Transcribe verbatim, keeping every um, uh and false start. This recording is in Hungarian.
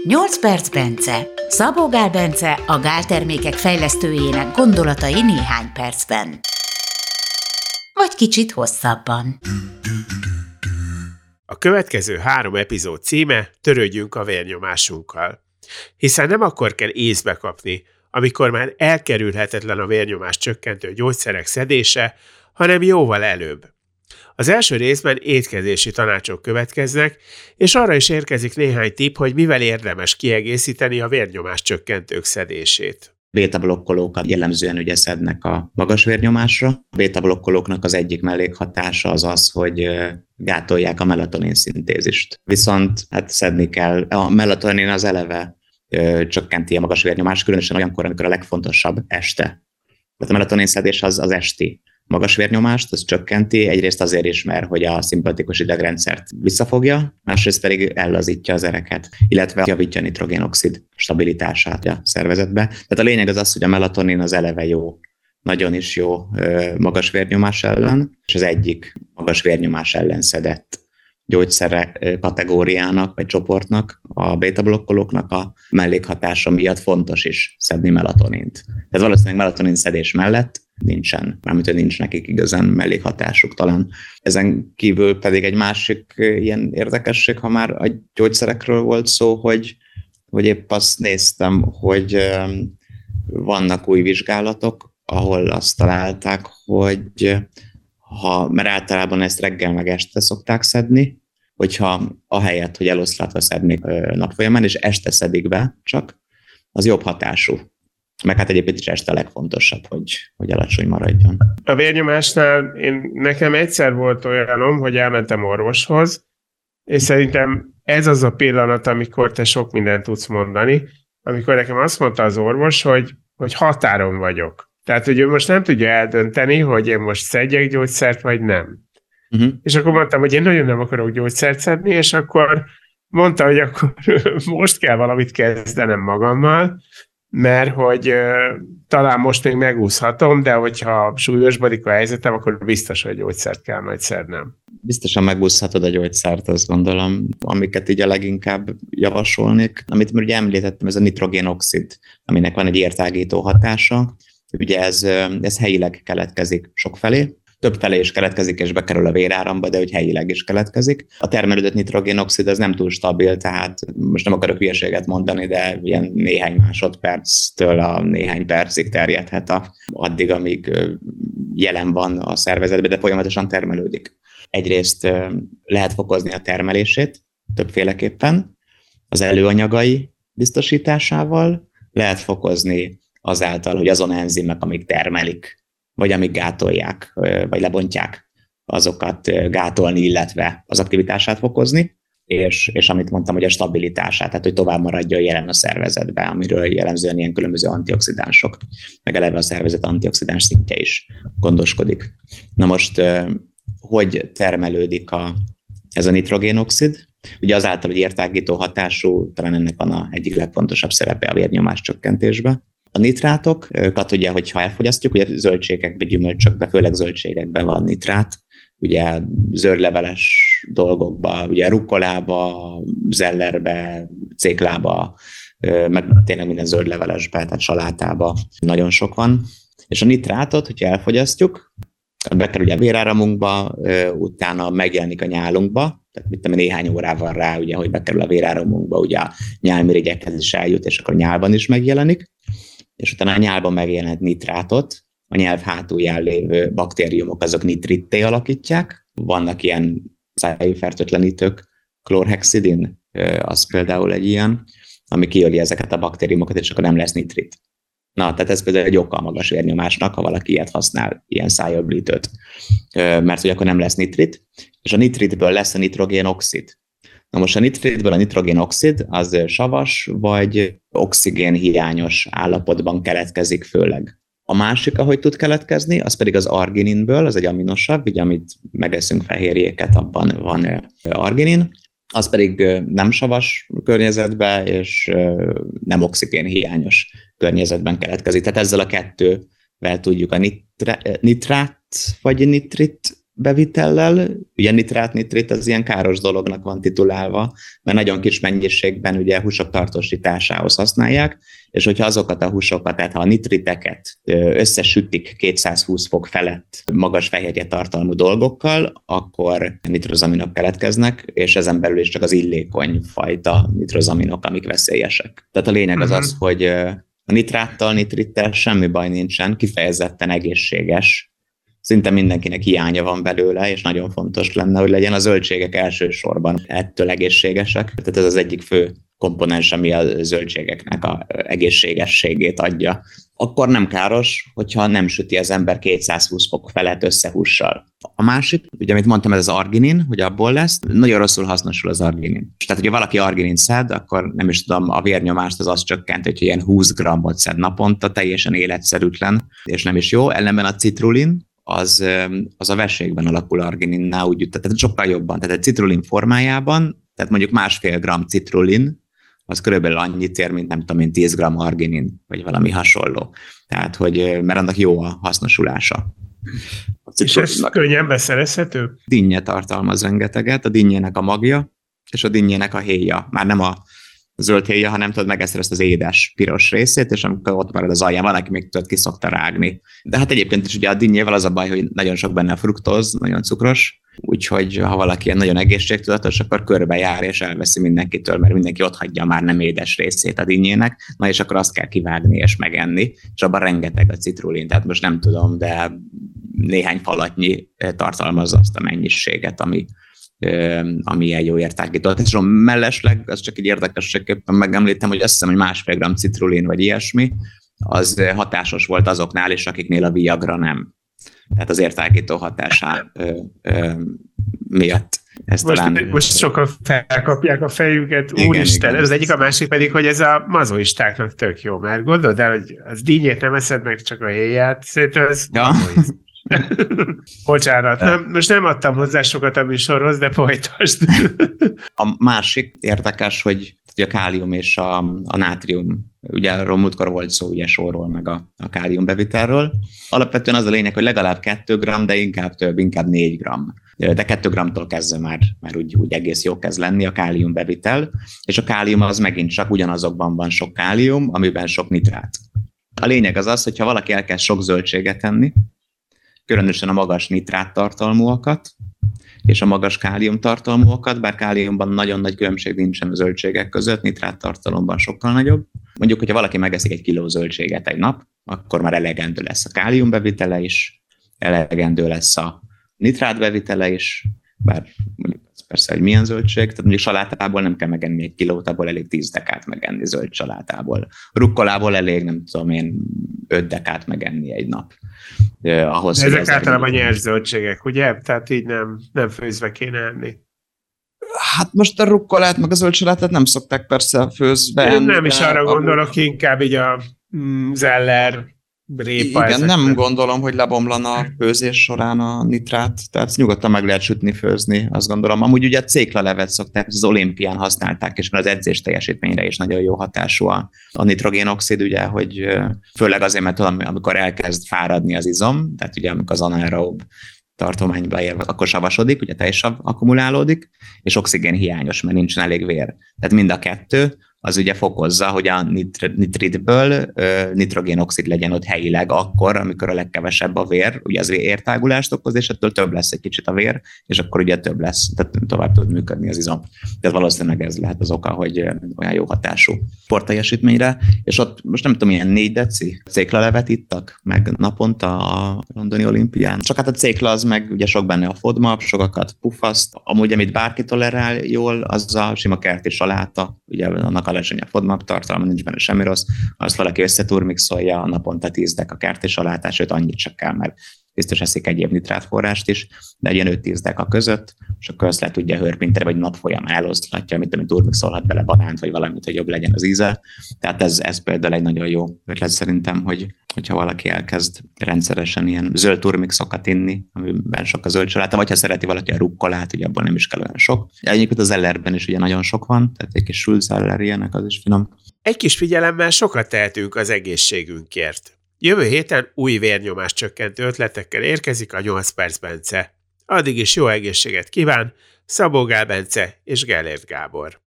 nyolc perc Bence. Szabó Gál Bence, a gáltermékek fejlesztőjének gondolatai néhány percben. Vagy kicsit hosszabban. A következő három epizód címe Törődjünk a vérnyomásunkkal. Hiszen nem akkor kell észbe kapni, amikor már elkerülhetetlen a vérnyomás csökkentő gyógyszerek szedése, hanem jóval előbb. Az első részben étkezési tanácsok következnek, és arra is érkezik néhány tipp, hogy mivel érdemes kiegészíteni a vérnyomás csökkentők szedését. Béta-blokkolókat jellemzően ugye szednek a magas vérnyomásra. A béta-blokkolóknak az egyik mellékhatása az az, hogy gátolják a melatonin szintézist. Viszont hát szedni kell, a melatonin az eleve ö, csökkenti a magas vérnyomást, különösen olyankor, amikor a legfontosabb este. Tehát a melatonin szedés az, az esti magas vérnyomást, az csökkenti, egyrészt azért is, mert hogy a szimpatikus idegrendszert visszafogja, másrészt pedig ellazítja az ereket, illetve javítja a nitrogénoxid stabilitását a szervezetbe. Tehát a lényeg az az, hogy a melatonin az eleve jó, nagyon is jó magas vérnyomás ellen, és az egyik magas vérnyomás ellen szedett gyógyszere kategóriának vagy csoportnak, a béta-blokkolóknak a mellékhatása miatt fontos is szedni melatonint. Tehát valószínűleg melatonin szedés mellett nincsen, mármint, hogy nincs nekik igazán mellékhatásuk talán. Ezen kívül pedig egy másik ilyen érdekesség, ha már a gyógyszerekről volt szó, hogy, hogy épp azt néztem, hogy vannak új vizsgálatok, ahol azt találták, hogy ha, mert általában ezt reggel meg este szokták szedni, hogyha ahelyett, hogy eloszlatva szednék nap folyamán, és este szedik be csak, az jobb hatású. Meg hát egyébként is este a legfontosabb, hogy, hogy alacsony maradjon. A vérnyomásnál én, nekem egyszer volt olyanom, hogy elmentem orvoshoz, és szerintem ez az a pillanat, amikor te sok mindent tudsz mondani, amikor nekem azt mondta az orvos, hogy, hogy határon vagyok. Tehát, hogy ő most nem tudja eldönteni, hogy én most szedjek gyógyszert, vagy nem. Uh-huh. És akkor mondtam, hogy én nagyon nem akarok gyógyszert szedni, és akkor mondta, hogy akkor most kell valamit kezdenem magammal, mert hogy uh, talán most még megúszhatom, de hogyha súlyosbodik a helyzetem, akkor biztos, hogy gyógyszert kell majd szednem. Biztosan megúszhatod a gyógyszert, azt gondolom, amiket így a leginkább javasolnék. Amit már ugye említettem, ez a nitrogénoxid, aminek van egy értágító hatása. Ugye ez, ez helyileg keletkezik sokfelé, többfelé is keletkezik, és bekerül a véráramba, de hogy helyileg is keletkezik. A termelődött nitrogénoxid az nem túl stabil, tehát most nem akarok hülyeséget mondani, de ilyen néhány másodperctől a néhány percig terjedhet a, addig, amíg jelen van a szervezetben, de folyamatosan termelődik. Egyrészt lehet fokozni a termelését többféleképpen, az előanyagai biztosításával, lehet fokozni azáltal, hogy azon enzimek, amik termelik, vagy amik gátolják, vagy lebontják, azokat gátolni, illetve az aktivitását fokozni, és, és amit mondtam, hogy a stabilitását, tehát hogy tovább maradjon jelen a szervezetben, amiről jellemzően ilyen különböző antioxidánsok, meg eleve a szervezet antioxidáns szintje is gondoskodik. Na most, hogy termelődik a, ez a nitrogénoxid? Ugye azáltal, hogy értágító hatású, talán ennek van a egyik legfontosabb szerepe a vérnyomás csökkentésben. A nitrátokat ugye, hogyha elfogyasztjuk, ugye zöldségekben, gyümölcsökben, főleg zöldségekben van nitrát, ugye zöldleveles dolgokban, ugye rukkolába, zellerbe, céklába, meg tényleg minden zöldlevelesben, tehát salátába nagyon sok van. És a nitrátot, hogyha elfogyasztjuk, bekerül ugye a véráramunkba, utána megjelenik a nyálunkba, tehát mit tudom, néhány órával rá, ugye, hogy bekerül a véráramunkba, ugye a nyálmirigyekhez is eljut, és akkor a nyálban is megjelenik, és utána a nyálban megjelent nitrátot, a nyelv hátulján lévő baktériumok azok nitritté alakítják. Vannak ilyen szájfertőtlenítők, klorhexidin, az például egy ilyen, ami kiöli ezeket a baktériumokat, és akkor nem lesz nitrit. Na, tehát ez például egy oka a magas vérnyomásnak, ha valaki ilyet használ, ilyen szájöblítőt, mert hogy akkor nem lesz nitrit, és a nitritből lesz a nitrogénoxid. Na most a nitritből a nitrogénoxid az savas vagy oxigén hiányos állapotban keletkezik főleg. A másik, ahogy tud keletkezni, az pedig az argininből, az egy aminosav, ugye amit megeszünk fehérjéket, abban van arginin, az pedig nem savas környezetben, és nem oxigén hiányos környezetben keletkezik. Tehát ezzel a kettővel tudjuk a nitrát, vagy nitrit bevitellel, ugye nitrát-nitrit az ilyen káros dolognak van titulálva, mert nagyon kis mennyiségben ugye húsok tartósításához használják, és hogyha azokat a húsokat, tehát ha a nitriteket összesütik kétszázhúsz fok felett magas fehérje tartalmú dolgokkal, akkor nitrozaminok keletkeznek, és ezen belül is csak az illékony fajta nitrozaminok, amik veszélyesek. Tehát a lényeg az az, hogy a nitráttal, nitrittel semmi baj nincsen, kifejezetten egészséges. Szinte mindenkinek hiánya van belőle, és nagyon fontos lenne, hogy legyen a zöldségek elsősorban ettől egészségesek. Tehát ez az egyik fő komponens, ami a zöldségeknek az egészségességét adja. Akkor nem káros, hogyha nem süti az ember kétszázhúsz fok felett összehússal. A másik, ugye amit mondtam, ez az arginin, hogy abból lesz, nagyon rosszul hasznosul az arginin. Tehát, hogyha valaki arginin szed, akkor nem is tudom, a vérnyomást az azt csökkent, hogy ilyen húsz grammot szed naponta, teljesen életszerűtlen, és nem is jó. Ellenben a citrulin, az, az a vességben alakul argininnál, úgy, tehát sokkal jobban. Tehát a citrulin formájában, tehát mondjuk másfél gram citrulin, az körülbelül annyit ér, mint nem tudom én, tíz gram arginin, vagy valami hasonló. Tehát, hogy, mert annak jó a hasznosulása. A és ez könnyen beszerezhető? Dinnye tartalmaz rengeteget, a dinnyének a magja, és a dinnyének a héja. Már nem a zöld héja, hanem tudod, megeszed ezt az édes, piros részét, és amikor ott marad az alján, van, aki még tudod, ki szokta rágni. De hát egyébként is ugye a dinnyével az a baj, hogy nagyon sok benne a fruktóz, nagyon cukros, úgyhogy ha valaki ilyen nagyon egészségtudatos, akkor körbe jár és elveszi mindenkitől, mert mindenki ott hagyja már nem édes részét a dinnyének, na és akkor azt kell kivágni és megenni, és abban rengeteg a citrulin, tehát most nem tudom, de néhány falatnyi tartalmazza azt a mennyiséget, ami ami ilyen jó értágító. És a mellesleg, az csak egy érdekességképpen megemlítem, hogy azt hiszem, hogy másfél gram citrulin vagy ilyesmi, az hatásos volt azoknál is, akiknél a Viagra nem. Tehát az értágító hatásá ö, ö, miatt. Ezt most, talán... most sokan felkapják a fejüket, igen, úristen, igen. Az egyik, a másik pedig, hogy ez a mazoistáknak tök jó, mert gondold el, hogy az dinnyét nem eszed meg, csak a héját, szerintem ez ja. Bocsánat, nem, most nem adtam hozzá sokat a műsorhoz, de folytasd. A másik érdekes, hogy a kálium és a, a nátrium, ugye arról múltkor volt szó, ugye sorról meg a, a kálium bevitelről. Alapvetően az a lényeg, hogy legalább kettő gram, de inkább több, inkább négy gram. De kettő gramtól kezdve már, már úgy, úgy egész jó kezd lenni a kálium bevitel, és a kálium az megint csak ugyanazokban van sok kálium, amiben sok nitrát. A lényeg az az, hogyha valaki elkezd sok zöldséget enni, különösen a magas nitrát tartalmúakat, és a magas kálium tartalmúakat, bár káliumban nagyon nagy különbség nincsen a zöldségek között, nitrát tartalomban sokkal nagyobb. Mondjuk, hogyha valaki megeszik egy kiló zöldséget egy nap, akkor már elegendő lesz a kálium bevitele is, elegendő lesz a nitrát bevitele is, bár mondjuk ez persze, hogy milyen zöldség, tehát mondjuk salátából nem kell megenni egy kilót, abból elég tíz dekát megenni zöld salátából. Rukkolából elég, nem tudom én, öt dekát megenni egy nap. Eh, ahhoz, ezek általában nyers zöldségek, ugye? Tehát így nem, nem főzve kéne enni. Hát most a rukkolát, meg a zöld salátát nem szokták persze főzve enni. Én nem is arra gondolok, a... inkább így a zeller, répa. Igen, nem nem gondolom, hogy lebomlana a főzés során a nitrát, tehát nyugodtan meg lehet sütni, főzni, azt gondolom. Amúgy ugye a céklalevet szokták, az olimpián használták, és az edzés teljesítményre is nagyon jó hatású a, a nitrogénoxid, ugye, hogy főleg azért, mert tudom, amikor elkezd fáradni az izom, tehát ugye amikor az anaerob tartományba ér, akkor savasodik, ugye teljesav akkumulálódik, és oxigén hiányos, mert nincsen elég vér. Tehát mind a kettő, az ugye fokozza, hogy a nitr- nitritből ö, nitrogénoxid legyen ott helyileg akkor, amikor a legkevesebb a vér, ugye az értágulást okoz, és ettől több lesz egy kicsit a vér, és akkor ugye több lesz, tehát tovább tud működni az izom. Tehát valószínűleg ez lehet az oka, hogy olyan jó hatású sportteljesítményre, és ott most nem tudom, ilyen négy deci céklalevet ittak meg naponta a londoni olimpián. Csak hát a cékla az meg ugye sok benne a FODMAP, sokakat pufaszt, amúgy amit bárki tolerál jól, az a sima kerti saláta, ugye annak alacsony a FODMAP tartalma, nincs benne semmi rossz, azt valaki összeturmixolja, naponta tíz dek a kerti salátát, sőt annyit csak kell, mert biztos eszik egyéb nitrátforrást is, de egy ilyen öt-tíz deka között, és akkor azt le tudja hőrpintere, vagy nap folyamán eloszthatja, amit, amit turmixolhat bele banánt, vagy valamit, hogy jobb legyen az íze. Tehát ez, ez például egy nagyon jó ötlet szerintem, hogy, hogyha valaki elkezd rendszeresen ilyen zöld turmixokat inni, amiben sok a zöld saláta, vagy ha szereti valaki a rukkolát, ugye abból nem is kell olyan sok. Egyébként az ellerben is ugye nagyon sok van, tehát egy kis sült zeller ilyenek, az is finom. Egy kis figyelemmel sokat tehetünk az egészségünkért. Jövő héten új vérnyomás csökkentő ötletekkel érkezik a nyolc perc Bence. Addig is jó egészséget kíván Szabó Gál Bence és Gellért Gábor.